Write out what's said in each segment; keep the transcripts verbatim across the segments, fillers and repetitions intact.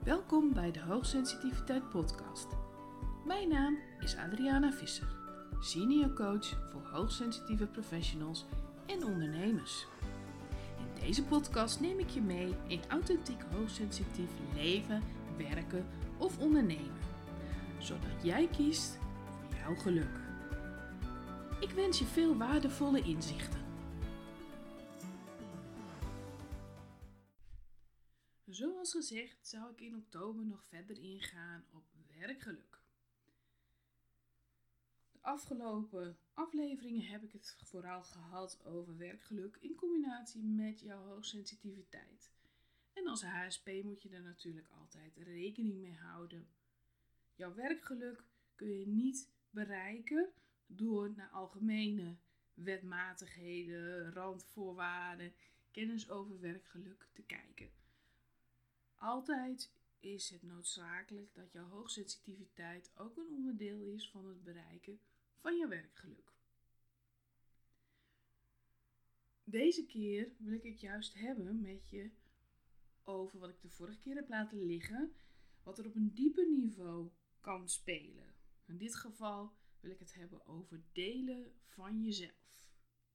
Welkom bij de Hoogsensitiviteit Podcast. Mijn naam is Adriana Visser, senior coach voor hoogsensitieve professionals en ondernemers. In deze podcast neem ik je mee in authentiek hoogsensitief leven, werken of ondernemen, zodat jij kiest voor jouw geluk. Ik wens je veel waardevolle inzichten. Zoals gezegd zou ik in oktober nog verder ingaan op werkgeluk. De afgelopen afleveringen heb ik het vooral gehad over werkgeluk in combinatie met jouw hoogsensitiviteit. En als H S P moet je er natuurlijk altijd rekening mee houden. Jouw werkgeluk kun je niet bereiken door naar algemene wetmatigheden, randvoorwaarden, kennis over werkgeluk te kijken. Altijd is het noodzakelijk dat jouw hoogsensitiviteit ook een onderdeel is van het bereiken van je werkgeluk. Deze keer wil ik het juist hebben met je over wat ik de vorige keer heb laten liggen, wat er op een dieper niveau kan spelen. In dit geval wil ik het hebben over delen van jezelf.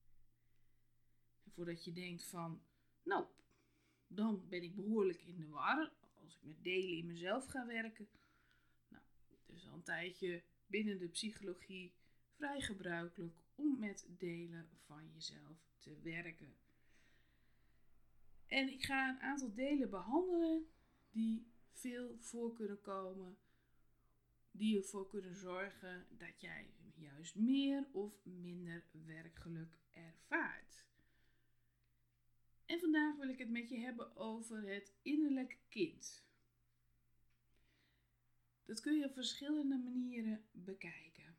En voordat je denkt van, nou, dan ben ik behoorlijk in de war als ik met delen in mezelf ga werken. Nou, het is al een tijdje binnen de psychologie vrij gebruikelijk om met delen van jezelf te werken. En ik ga een aantal delen behandelen die veel voor kunnen komen, die ervoor kunnen zorgen dat jij juist meer of minder werkgeluk ervaart. En vandaag wil ik het met je hebben over het innerlijke kind. Dat kun je op verschillende manieren bekijken.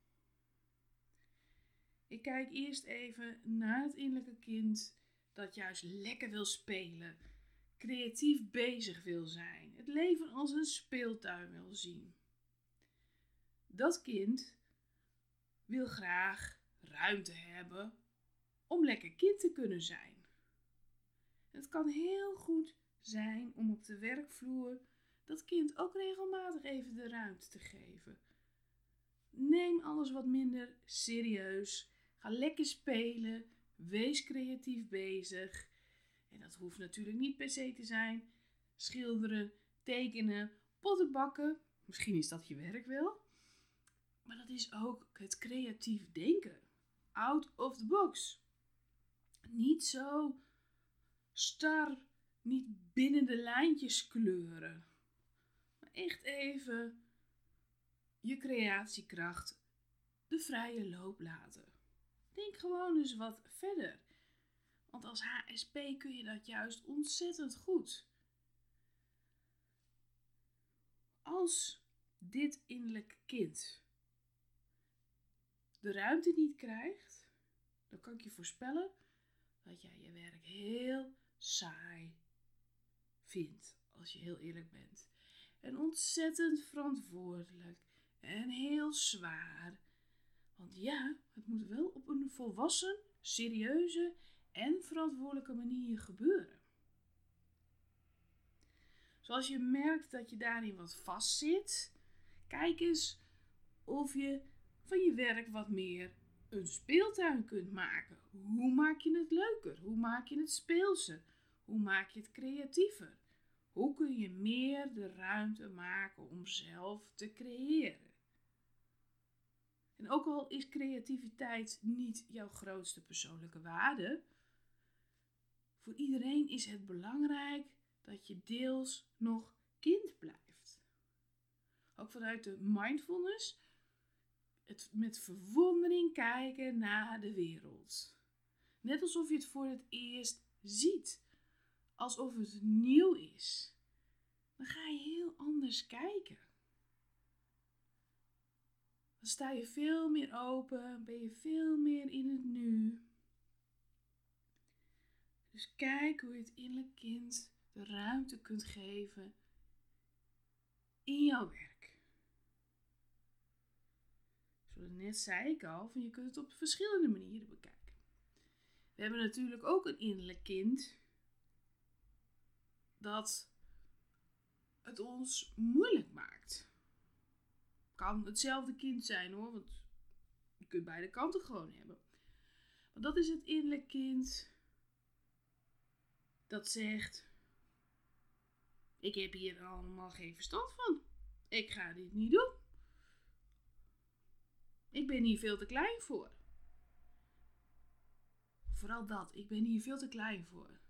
Ik kijk eerst even naar het innerlijke kind dat juist lekker wil spelen, creatief bezig wil zijn, het leven als een speeltuin wil zien. Dat kind wil graag ruimte hebben om lekker kind te kunnen zijn. Het kan heel goed zijn om op de werkvloer dat kind ook regelmatig even de ruimte te geven. Neem alles wat minder serieus. Ga lekker spelen. Wees creatief bezig. En dat hoeft natuurlijk niet per se te zijn. Schilderen, tekenen, potten bakken. Misschien is dat je werk wel. Maar dat is ook het creatief denken. Out of the box. Niet zo star, niet binnen de lijntjes kleuren. Maar echt even je creatiekracht de vrije loop laten. Denk gewoon eens wat verder. Want als H S P kun je dat juist ontzettend goed. Als dit innerlijke kind de ruimte niet krijgt, dan kan ik je voorspellen dat jij je werk heel saai vindt, als je heel eerlijk bent. En ontzettend verantwoordelijk en heel zwaar. Want ja, het moet wel op een volwassen, serieuze en verantwoordelijke manier gebeuren. Zoals je merkt dat je daarin wat vastzit, kijk eens of je van je werk wat meer een speeltuin kunt maken. Hoe maak je het leuker? Hoe maak je het speelser? Hoe maak je het creatiever? Hoe kun je meer de ruimte maken om zelf te creëren? En ook al is creativiteit niet jouw grootste persoonlijke waarde, voor iedereen is het belangrijk dat je deels nog kind blijft. Ook vanuit de mindfulness, het met verwondering kijken naar de wereld. Net alsof je het voor het eerst ziet. Alsof het nieuw is. Dan ga je heel anders kijken. Dan sta je veel meer open, ben je veel meer in het nu. Dus kijk hoe je het innerlijk kind de ruimte kunt geven in jouw werk. Zoals net zei ik al, van je kunt het op verschillende manieren bekijken. We hebben natuurlijk ook een innerlijk kind dat het ons moeilijk maakt. Kan hetzelfde kind zijn hoor, want je kunt beide kanten gewoon hebben. Want dat is het innerlijk kind dat zegt, ik heb hier allemaal geen verstand van. Ik ga dit niet doen. Ik ben hier veel te klein voor. Vooral dat, ik ben hier veel te klein voor. Er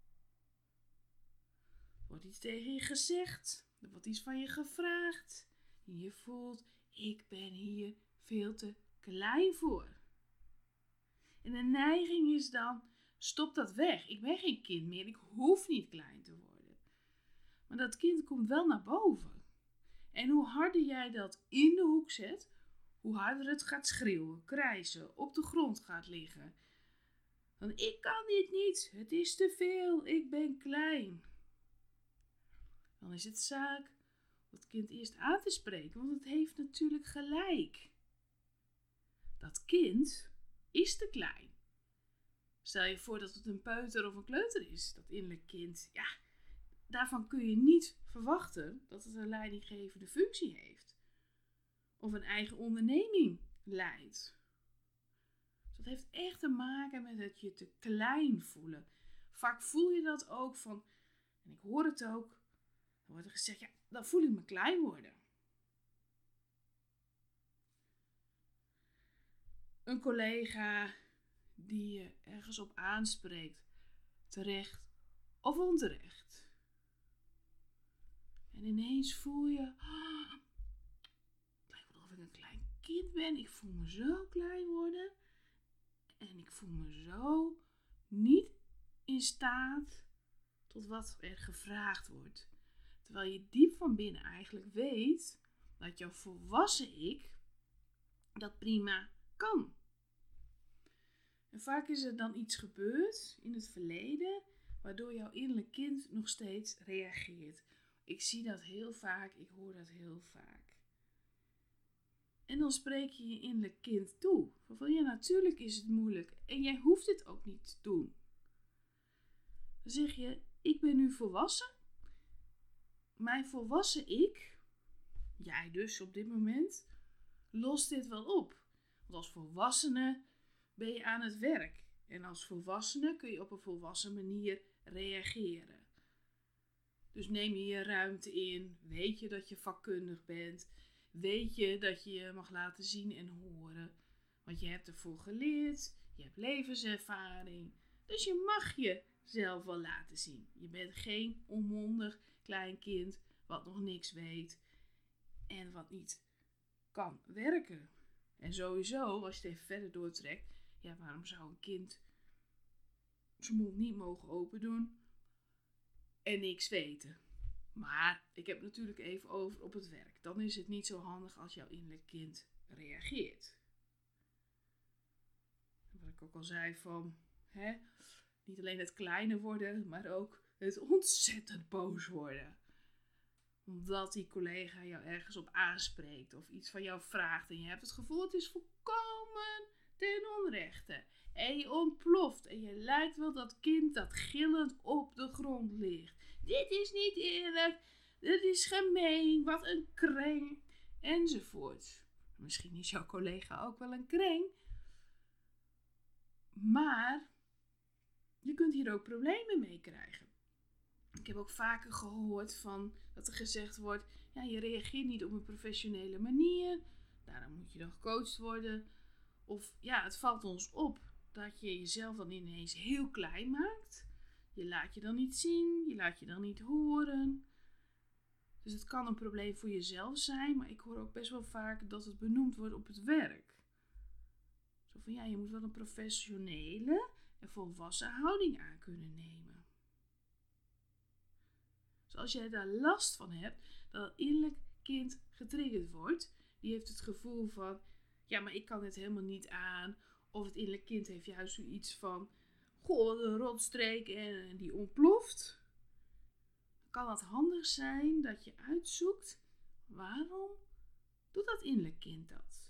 wordt iets tegen je gezegd. Er wordt iets van je gevraagd. En je voelt, ik ben hier veel te klein voor. En de neiging is dan, stop dat weg. Ik ben geen kind meer. Ik hoef niet klein te worden. Maar dat kind komt wel naar boven. En hoe harder jij dat in de hoek zet, hoe harder het gaat schreeuwen, krijsen, op de grond gaat liggen. Dan ik kan dit niet. Het is te veel. Ik ben klein. Dan is het zaak dat kind eerst aan te spreken, want het heeft natuurlijk gelijk. Dat kind is te klein. Stel je voor dat het een peuter of een kleuter is, dat innerlijk kind. Ja, daarvan kun je niet verwachten dat het een leidinggevende functie heeft. Of een eigen onderneming leidt. Dus dat heeft echt te maken met het je te klein voelen. Vaak voel je dat ook van, en ik hoor het ook, dan wordt er gezegd, ja, dan voel ik me klein worden. Een collega die je ergens op aanspreekt, terecht of onterecht. En ineens voel je, oh, het lijkt wel of ik een klein kind ben. Ik voel me zo klein worden. En ik voel me zo niet in staat tot wat er gevraagd wordt. Terwijl je diep van binnen eigenlijk weet dat jouw volwassen ik dat prima kan. En vaak is er dan iets gebeurd in het verleden waardoor jouw innerlijk kind nog steeds reageert. Ik zie dat heel vaak, ik hoor dat heel vaak. En dan spreek je je innerlijk kind toe. Van ja, natuurlijk is het moeilijk en jij hoeft het ook niet te doen. Dan zeg je, ik ben nu volwassen. Mijn volwassen ik, jij dus op dit moment, lost dit wel op. Want als volwassene ben je aan het werk. En als volwassene kun je op een volwassen manier reageren. Dus neem je je ruimte in. Weet je dat je vakkundig bent. Weet je dat je je mag laten zien en horen. Want je hebt ervoor geleerd. Je hebt levenservaring. Dus je mag jezelf wel laten zien. Je bent geen onmondig klein kind wat nog niks weet. En wat niet kan werken. En sowieso, als je het even verder doortrekt. Ja, waarom zou een kind zijn mond niet mogen open doen en niks weten? Maar ik heb het natuurlijk even over op het werk. Dan is het niet zo handig als jouw innerlijk kind reageert. Wat ik ook al zei van, hè, niet alleen het kleine worden, maar ook het ontzettend boos worden. Omdat die collega jou ergens op aanspreekt of iets van jou vraagt en je hebt het gevoel het is volkomen ten onrechte. En je ontploft en je lijkt wel dat kind dat gillend op de grond ligt. Dit is niet eerlijk, dit is gemeen, wat een kreng, enzovoort. Misschien is jouw collega ook wel een kreng. Maar je kunt hier ook problemen mee krijgen. Ik heb ook vaker gehoord van dat er gezegd wordt, ja, je reageert niet op een professionele manier, daarom moet je dan gecoacht worden. Of ja, het valt ons op dat je jezelf dan ineens heel klein maakt. Je laat je dan niet zien, je laat je dan niet horen. Dus het kan een probleem voor jezelf zijn, maar ik hoor ook best wel vaak dat het benoemd wordt op het werk. Zo van ja, je moet wel een professionele en volwassen houding aan kunnen nemen. Dus als jij daar last van hebt, dat het innerlijk kind getriggerd wordt, die heeft het gevoel van, ja, maar ik kan het helemaal niet aan. Of het innerlijk kind heeft juist zoiets van, goh, een rotstreek en die ontploft. Dan kan het handig zijn dat je uitzoekt, waarom doet dat innerlijk kind dat?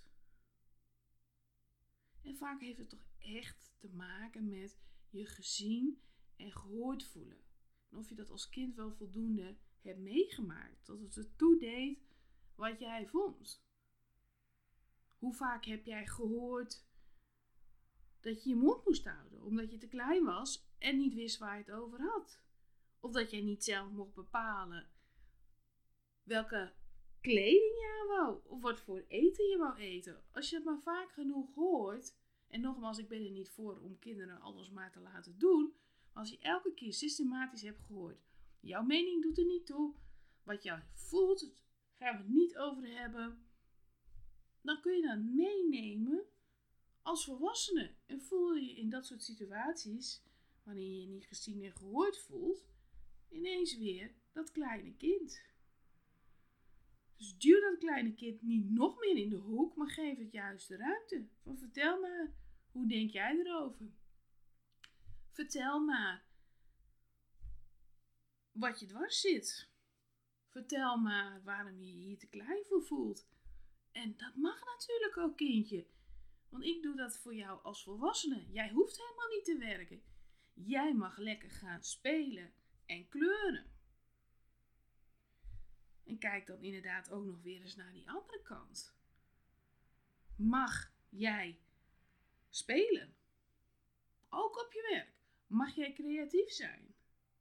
En vaak heeft het toch echt te maken met je gezien en gehoord voelen. En of je dat als kind wel voldoende hebt meegemaakt, dat het ertoe deed wat jij vond? Hoe vaak heb jij gehoord dat je je mond moest houden, omdat je te klein was en niet wist waar je het over had? Of dat jij niet zelf mocht bepalen welke kleding je wou, of wat voor eten je wou eten. Als je het maar vaak genoeg hoort, en nogmaals, ik ben er niet voor om kinderen alles maar te laten doen, maar als je elke keer systematisch hebt gehoord, jouw mening doet er niet toe, wat jij voelt, gaan we het niet over hebben, dan kun je dat meenemen als volwassene. En voel je in dat soort situaties, wanneer je je niet gezien en gehoord voelt, ineens weer dat kleine kind. Dus duw dat kleine kind niet nog meer in de hoek, maar geef het juist de ruimte. Van vertel maar, hoe denk jij erover? Vertel maar wat je dwars zit. Vertel maar waarom je je hier te klein voor voelt. En dat mag natuurlijk ook, kindje. Want ik doe dat voor jou als volwassene. Jij hoeft helemaal niet te werken. Jij mag lekker gaan spelen en kleuren. En kijk dan inderdaad ook nog weer eens naar die andere kant. Mag jij spelen? Ook op je werk. Mag jij creatief zijn?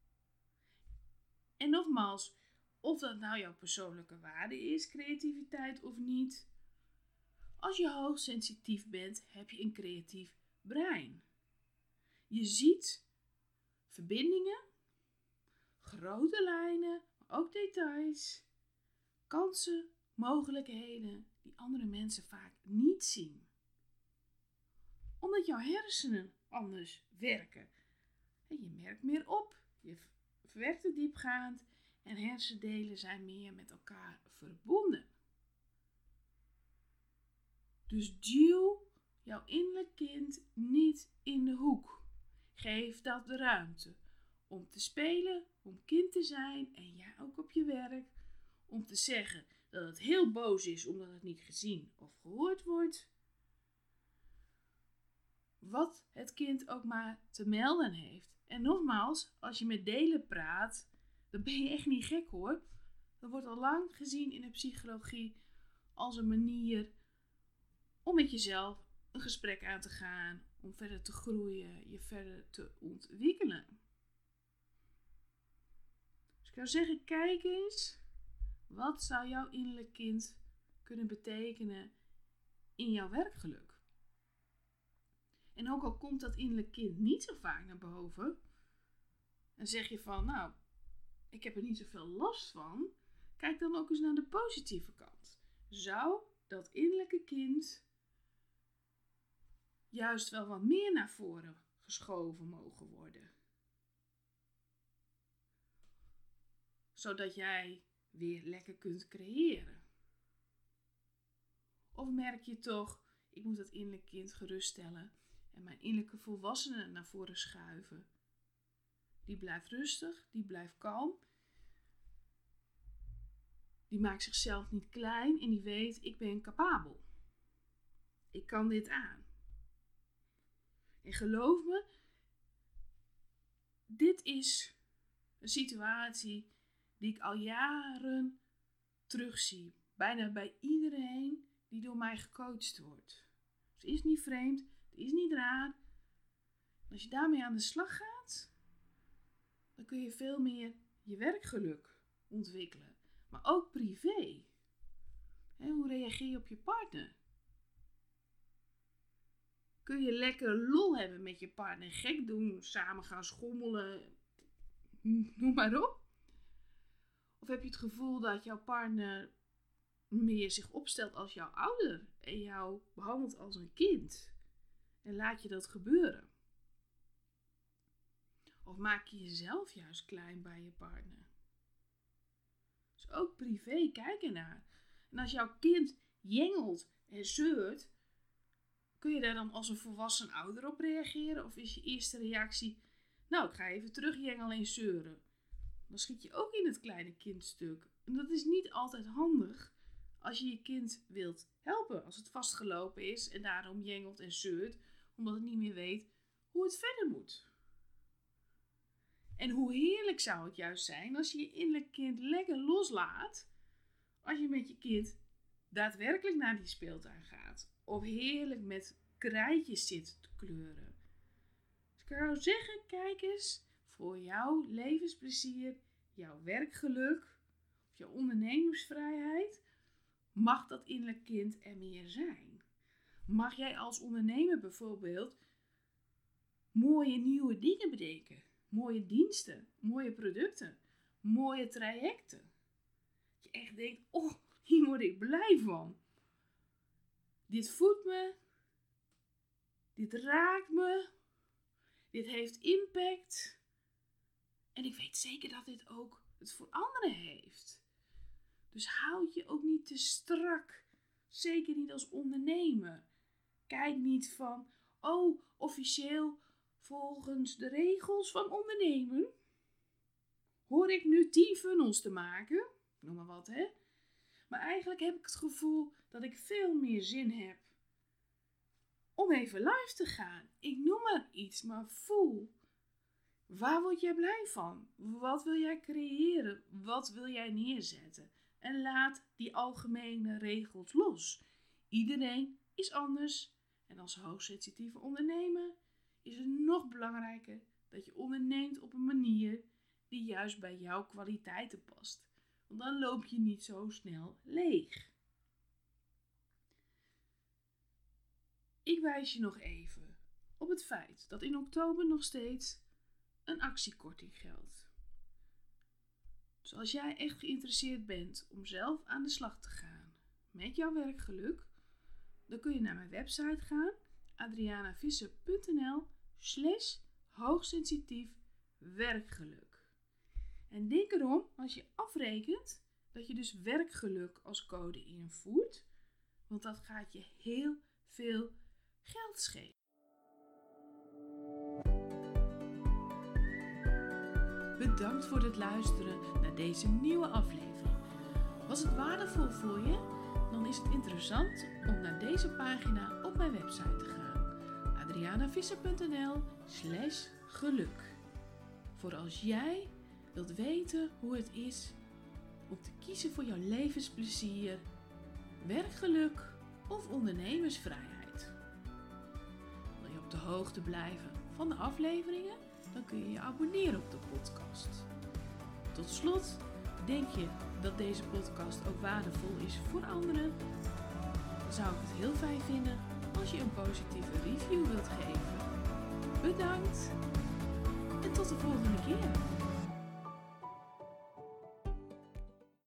En nogmaals, of dat nou jouw persoonlijke waarde is, creativiteit of niet. Als je hoogsensitief bent, heb je een creatief brein. Je ziet verbindingen, grote lijnen, maar ook details, kansen, mogelijkheden die andere mensen vaak niet zien. Omdat jouw hersenen anders werken. En je merkt meer op, je verwerkt het diepgaand en hersendelen zijn meer met elkaar verbonden. Dus duw jouw innerlijk kind niet in de hoek. Geef dat de ruimte om te spelen, om kind te zijn en jij ook op je werk. Om te zeggen dat het heel boos is omdat het niet gezien of gehoord wordt. Wat het kind ook maar te melden heeft. En nogmaals, als je met delen praat, dan ben je echt niet gek hoor. Dat wordt al lang gezien in de psychologie als een manier om met jezelf een gesprek aan te gaan, om verder te groeien, je verder te ontwikkelen. Dus ik zou zeggen, kijk eens, wat zou jouw innerlijk kind kunnen betekenen in jouw werkgeluk? En ook al komt dat innerlijk kind niet zo vaak naar boven, en zeg je van, nou, ik heb er niet zoveel last van, kijk dan ook eens naar de positieve kant. Zou dat innerlijke kind juist wel wat meer naar voren geschoven mogen worden? Zodat jij weer lekker kunt creëren. Of merk je toch, ik moet dat innerlijke kind geruststellen en mijn innerlijke volwassene naar voren schuiven. Die blijft rustig, die blijft kalm. Die maakt zichzelf niet klein en die weet, ik ben capabel. Ik kan dit aan. En geloof me, dit is een situatie die ik al jaren terugzie. Bijna bij iedereen die door mij gecoacht wordt. Het is niet vreemd, het is niet raar. Als je daarmee aan de slag gaat, dan kun je veel meer je werkgeluk ontwikkelen. Maar ook privé. He, hoe reageer je op je partner? Kun je lekker lol hebben met je partner, gek doen, samen gaan schommelen, noem maar op? Of heb je het gevoel dat jouw partner meer zich opstelt als jouw ouder en jou behandelt als een kind? En laat je dat gebeuren? Of maak je jezelf juist klein bij je partner? Dus ook privé, kijk ernaar. En als jouw kind jengelt en zeurt, kun je daar dan als een volwassen ouder op reageren? Of is je eerste reactie, nou, ik ga even terugjengelen en zeuren. Dan schiet je ook in het kleine kindstuk. En dat is niet altijd handig als je je kind wilt helpen. Als het vastgelopen is en daarom jengelt en zeurt, omdat het niet meer weet hoe het verder moet. En hoe heerlijk zou het juist zijn als je je innerlijk kind lekker loslaat. Als je met je kind daadwerkelijk naar die speeltuin gaat. Of heerlijk met krijtjes zit te kleuren. Dus ik zou zeggen, kijk eens, voor jouw levensplezier, jouw werkgeluk, of jouw ondernemersvrijheid, mag dat innerlijk kind er meer zijn. Mag jij als ondernemer bijvoorbeeld mooie nieuwe dingen bedenken. Mooie diensten, mooie producten, mooie trajecten. Dat je echt denkt, oh, hier word ik blij van. Dit voedt me. Dit raakt me. Dit heeft impact. En ik weet zeker dat dit ook het voor anderen heeft. Dus houd je ook niet te strak. Zeker niet als ondernemer. Kijk niet van, oh, officieel volgens de regels van ondernemen hoor ik nu tien funnels te maken. Noem maar wat, hè. Maar eigenlijk heb ik het gevoel dat ik veel meer zin heb om even live te gaan. Ik noem maar iets, maar voel. Waar word jij blij van? Wat wil jij creëren? Wat wil jij neerzetten? En laat die algemene regels los. Iedereen is anders. En als hoogsensitieve ondernemer is het nog belangrijker dat je onderneemt op een manier die juist bij jouw kwaliteiten past. Want dan loop je niet zo snel leeg. Ik wijs je nog even op het feit dat in oktober nog steeds een actiekorting geldt. Dus als jij echt geïnteresseerd bent om zelf aan de slag te gaan met jouw werkgeluk, dan kun je naar mijn website gaan, adrianavisser.nl slash hoogsensitief werkgeluk. En denk erom, als je afrekent, dat je dus werkgeluk als code invoert, want dat gaat je heel veel geld schelen. Bedankt voor het luisteren naar deze nieuwe aflevering. Was het waardevol voor je? Dan is het interessant om naar deze pagina op mijn website te gaan. adrianavisser.nl slash geluk. Voor als jij wilt weten hoe het is om te kiezen voor jouw levensplezier, werkgeluk of ondernemersvrijheid. Wil je op de hoogte blijven van de afleveringen? Dan kun je je abonneren op de podcast. Tot slot, denk je dat deze podcast ook waardevol is voor anderen? Dan zou ik het heel fijn vinden als je een positieve review wilt geven. Bedankt en tot de volgende keer.